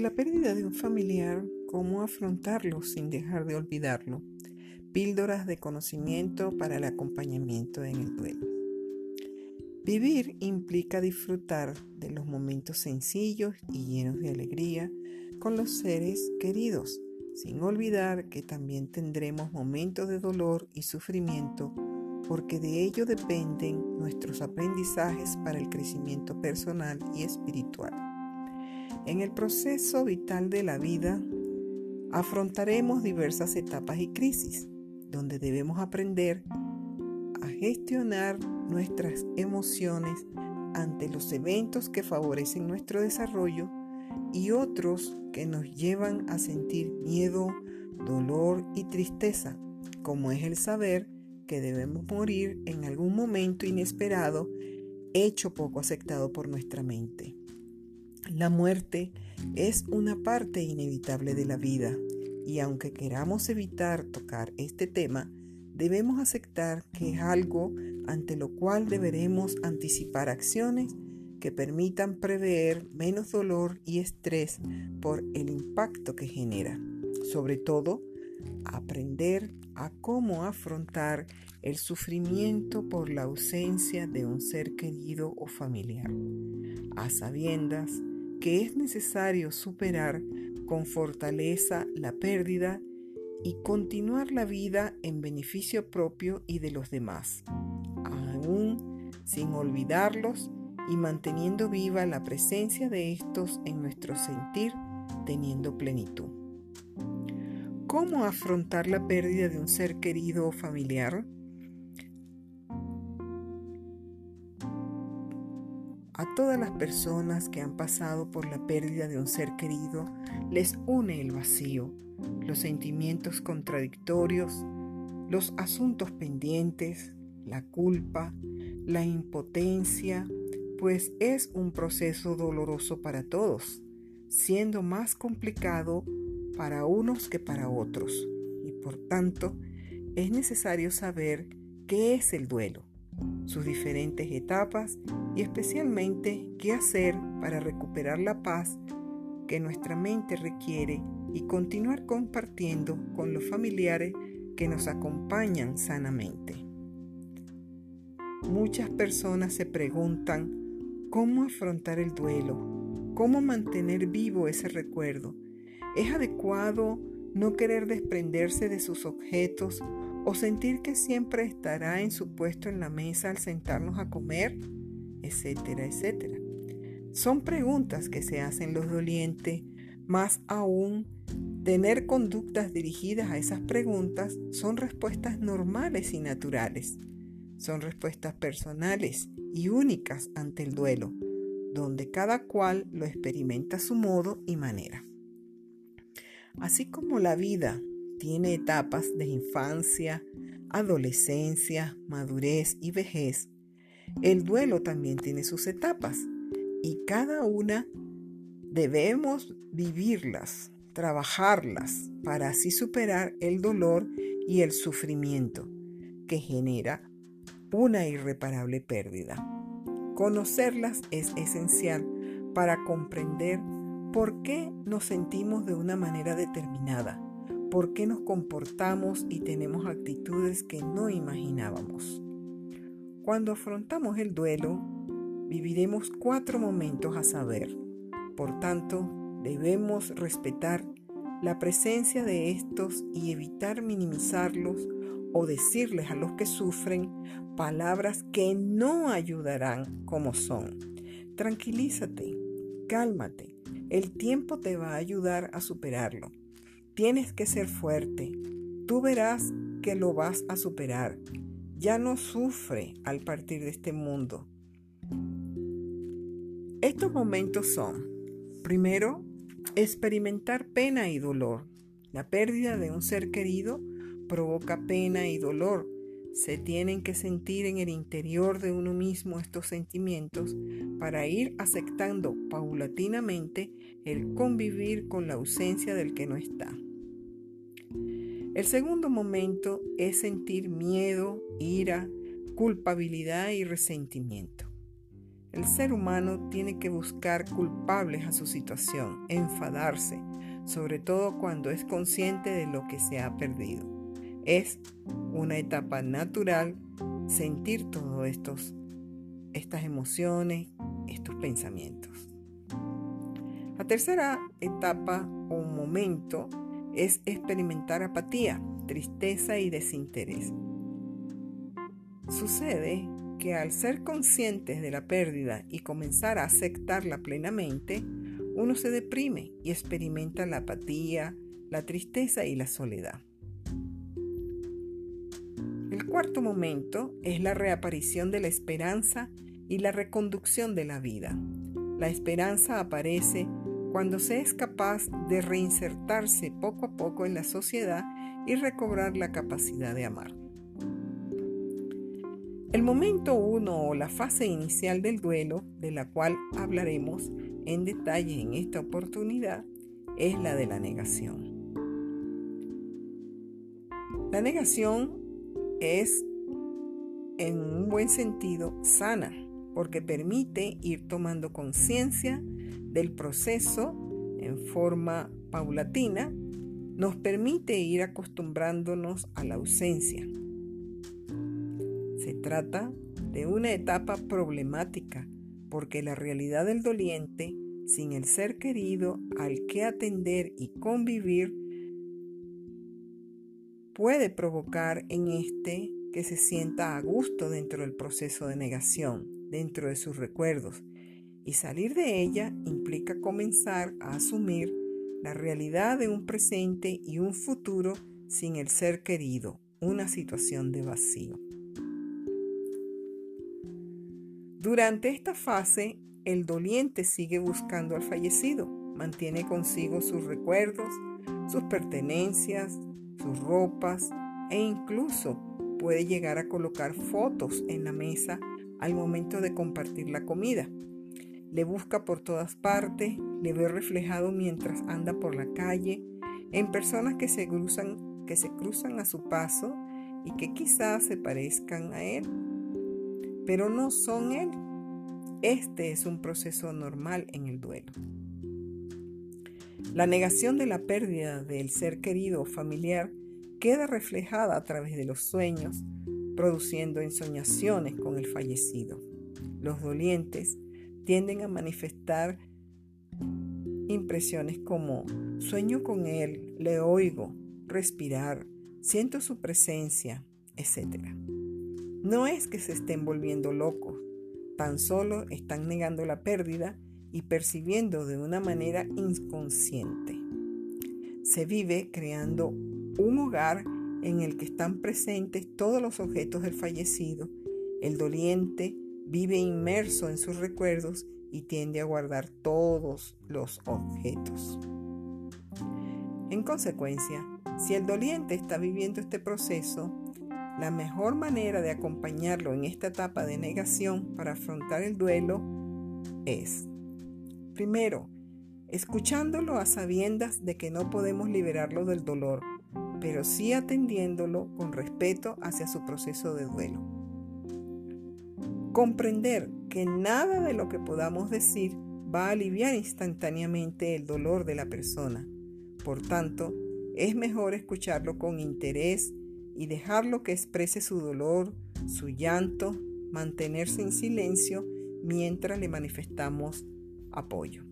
Ante la pérdida de un familiar, ¿cómo afrontarlo sin dejar de olvidarlo? Píldoras de conocimiento para el acompañamiento en el duelo. Vivir implica disfrutar de los momentos sencillos y llenos de alegría con los seres queridos, sin olvidar que también tendremos momentos de dolor y sufrimiento, porque de ello dependen nuestros aprendizajes para el crecimiento personal y espiritual. En el proceso vital de la vida, afrontaremos diversas etapas y crisis, donde debemos aprender a gestionar nuestras emociones ante los eventos que favorecen nuestro desarrollo y otros que nos llevan a sentir miedo, dolor y tristeza, como es el saber que debemos morir en algún momento inesperado, hecho poco aceptado por nuestra mente. La muerte es una parte inevitable de la vida y aunque queramos evitar tocar este tema, debemos aceptar que es algo ante lo cual deberemos anticipar acciones que permitan prever menos dolor y estrés por el impacto que genera. Sobre todo, aprender a cómo afrontar el sufrimiento por la ausencia de un ser querido o familiar, a sabiendas que es necesario superar con fortaleza la pérdida y continuar la vida en beneficio propio y de los demás, aún sin olvidarlos y manteniendo viva la presencia de estos en nuestro sentir, teniendo plenitud. ¿Cómo afrontar la pérdida de un ser querido o familiar? A todas las personas que han pasado por la pérdida de un ser querido les une el vacío, los sentimientos contradictorios, los asuntos pendientes, la culpa, la impotencia, pues es un proceso doloroso para todos, siendo más complicado para unos que para otros, y por tanto es necesario saber qué es el duelo, sus diferentes etapas y especialmente qué hacer para recuperar la paz que nuestra mente requiere y continuar compartiendo con los familiares que nos acompañan sanamente. Muchas personas se preguntan cómo afrontar el duelo, cómo mantener vivo ese recuerdo. ¿Es adecuado no querer desprenderse de sus objetos o sentir que siempre estará en su puesto en la mesa al sentarnos a comer? Etcétera, etcétera. Son preguntas que se hacen los dolientes, más aún, tener conductas dirigidas a esas preguntas son respuestas normales y naturales. Son respuestas personales y únicas ante el duelo, donde cada cual lo experimenta a su modo y manera. Así como la vida tiene etapas de infancia, adolescencia, madurez y vejez, el duelo también tiene sus etapas y cada una debemos vivirlas, trabajarlas para así superar el dolor y el sufrimiento que genera una irreparable pérdida. Conocerlas es esencial para comprender por qué nos sentimos de una manera determinada, por qué nos comportamos y tenemos actitudes que no imaginábamos. Cuando afrontamos el duelo, viviremos 4 momentos a saber. Por tanto, debemos respetar la presencia de estos y evitar minimizarlos o decirles a los que sufren palabras que no ayudarán como son. Tranquilízate, cálmate, el tiempo te va a ayudar a superarlo. Tienes que ser fuerte, tú verás que lo vas a superar. Ya no sufre al partir de este mundo. Estos momentos son, primero, experimentar pena y dolor. La pérdida de un ser querido provoca pena y dolor. Se tienen que sentir en el interior de uno mismo estos sentimientos para ir aceptando paulatinamente el convivir con la ausencia del que no está. El segundo momento es sentir miedo, ira, culpabilidad y resentimiento. el ser humano tiene que buscar culpables a su situación, enfadarse, sobre todo cuando es consciente de lo que se ha perdido. Es una etapa natural sentir todas estas emociones, estos pensamientos. La tercera etapa o momento es experimentar apatía, tristeza y desinterés. Sucede que al ser conscientes de la pérdida y comenzar a aceptarla plenamente, uno se deprime y experimenta la apatía, la tristeza y la soledad. El cuarto momento es la reaparición de la esperanza y la reconducción de la vida. La esperanza aparece cuando se es capaz de reinsertarse poco a poco en la sociedad y recobrar la capacidad de amar. El momento 1 o la fase inicial del duelo, de la cual hablaremos en detalle en esta oportunidad, es la de la negación. La negación es, en un buen sentido, sana, porque permite ir tomando conciencia del proceso en forma paulatina, nos permite ir acostumbrándonos a la ausencia. Se trata de una etapa problemática, porque la realidad del doliente, sin el ser querido al que atender y convivir, puede provocar en que se sienta a gusto dentro del proceso de negación, dentro de sus recuerdos, y salir de ella implica comenzar a asumir la realidad de un presente y un futuro sin el ser querido, una situación de vacío. Durante esta fase, el doliente sigue buscando al fallecido, mantiene consigo sus recuerdos, sus pertenencias, sus ropas e incluso puede llegar a colocar fotos en la mesa al momento de compartir la comida. Le busca por todas partes, le ve reflejado mientras anda por la calle, en personas que se cruzan a su paso y que quizás se parezcan a él, pero no son él. Este es un proceso normal en el duelo. La negación de la pérdida del ser querido o familiar queda reflejada a través de los sueños, produciendo ensoñaciones con el fallecido. Los dolientes tienden a manifestar impresiones como sueño con él, le oigo, respirar, siento su presencia, etc. No es que se estén volviendo locos, tan solo están negando la pérdida y percibiendo de una manera inconsciente. Se vive creando un hogar en el que están presentes todos los objetos del fallecido. El doliente vive inmerso en sus recuerdos y tiende a guardar todos los objetos. En consecuencia, si el doliente está viviendo este proceso, la mejor manera de acompañarlo en esta etapa de negación para afrontar el duelo es, primero, escuchándolo a sabiendas de que no podemos liberarlo del dolor, pero sí atendiéndolo con respeto hacia su proceso de duelo. Comprender que nada de lo que podamos decir va a aliviar instantáneamente el dolor de la persona. Por tanto, es mejor escucharlo con interés y dejarlo que exprese su dolor, su llanto, mantenerse en silencio mientras le manifestamos apoyo.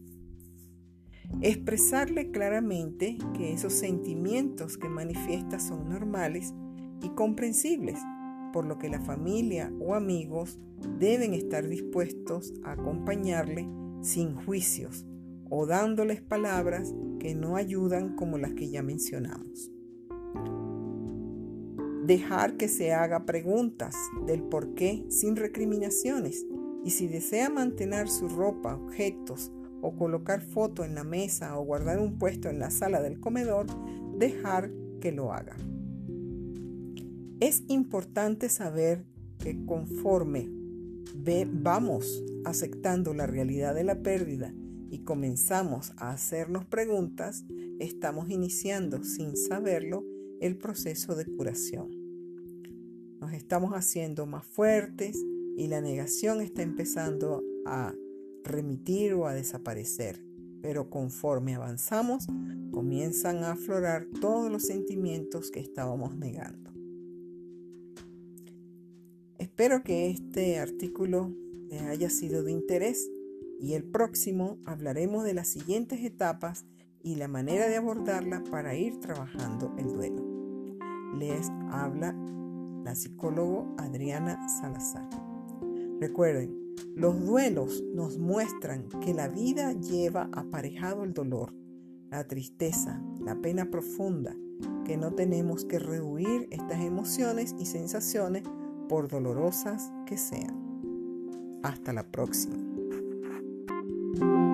Expresarle claramente que esos sentimientos que manifiesta son normales y comprensibles, por lo que la familia o amigos deben estar dispuestos a acompañarle sin juicios o dándoles palabras que no ayudan como las que ya mencionamos. Dejar que se haga preguntas del por qué sin recriminaciones, y si desea mantener su ropa, objetos o colocar fotos en la mesa o guardar un puesto en la sala del comedor, dejar que lo haga. Es importante saber que conforme vamos aceptando la realidad de la pérdida y comenzamos a hacernos preguntas, estamos iniciando sin saberlo el proceso de curación. Nos estamos haciendo más fuertes, y la negación está empezando a remitir o a desaparecer. Pero conforme avanzamos, comienzan a aflorar todos los sentimientos que estábamos negando. Espero que este artículo les haya sido de interés y el próximo hablaremos de las siguientes etapas y la manera de abordarla para ir trabajando el duelo. Les habla la psicóloga Adriana Salazar. Recuerden, los duelos nos muestran que la vida lleva aparejado el dolor, la tristeza, la pena profunda, que no tenemos que rehuir estas emociones y sensaciones por dolorosas que sean. Hasta la próxima.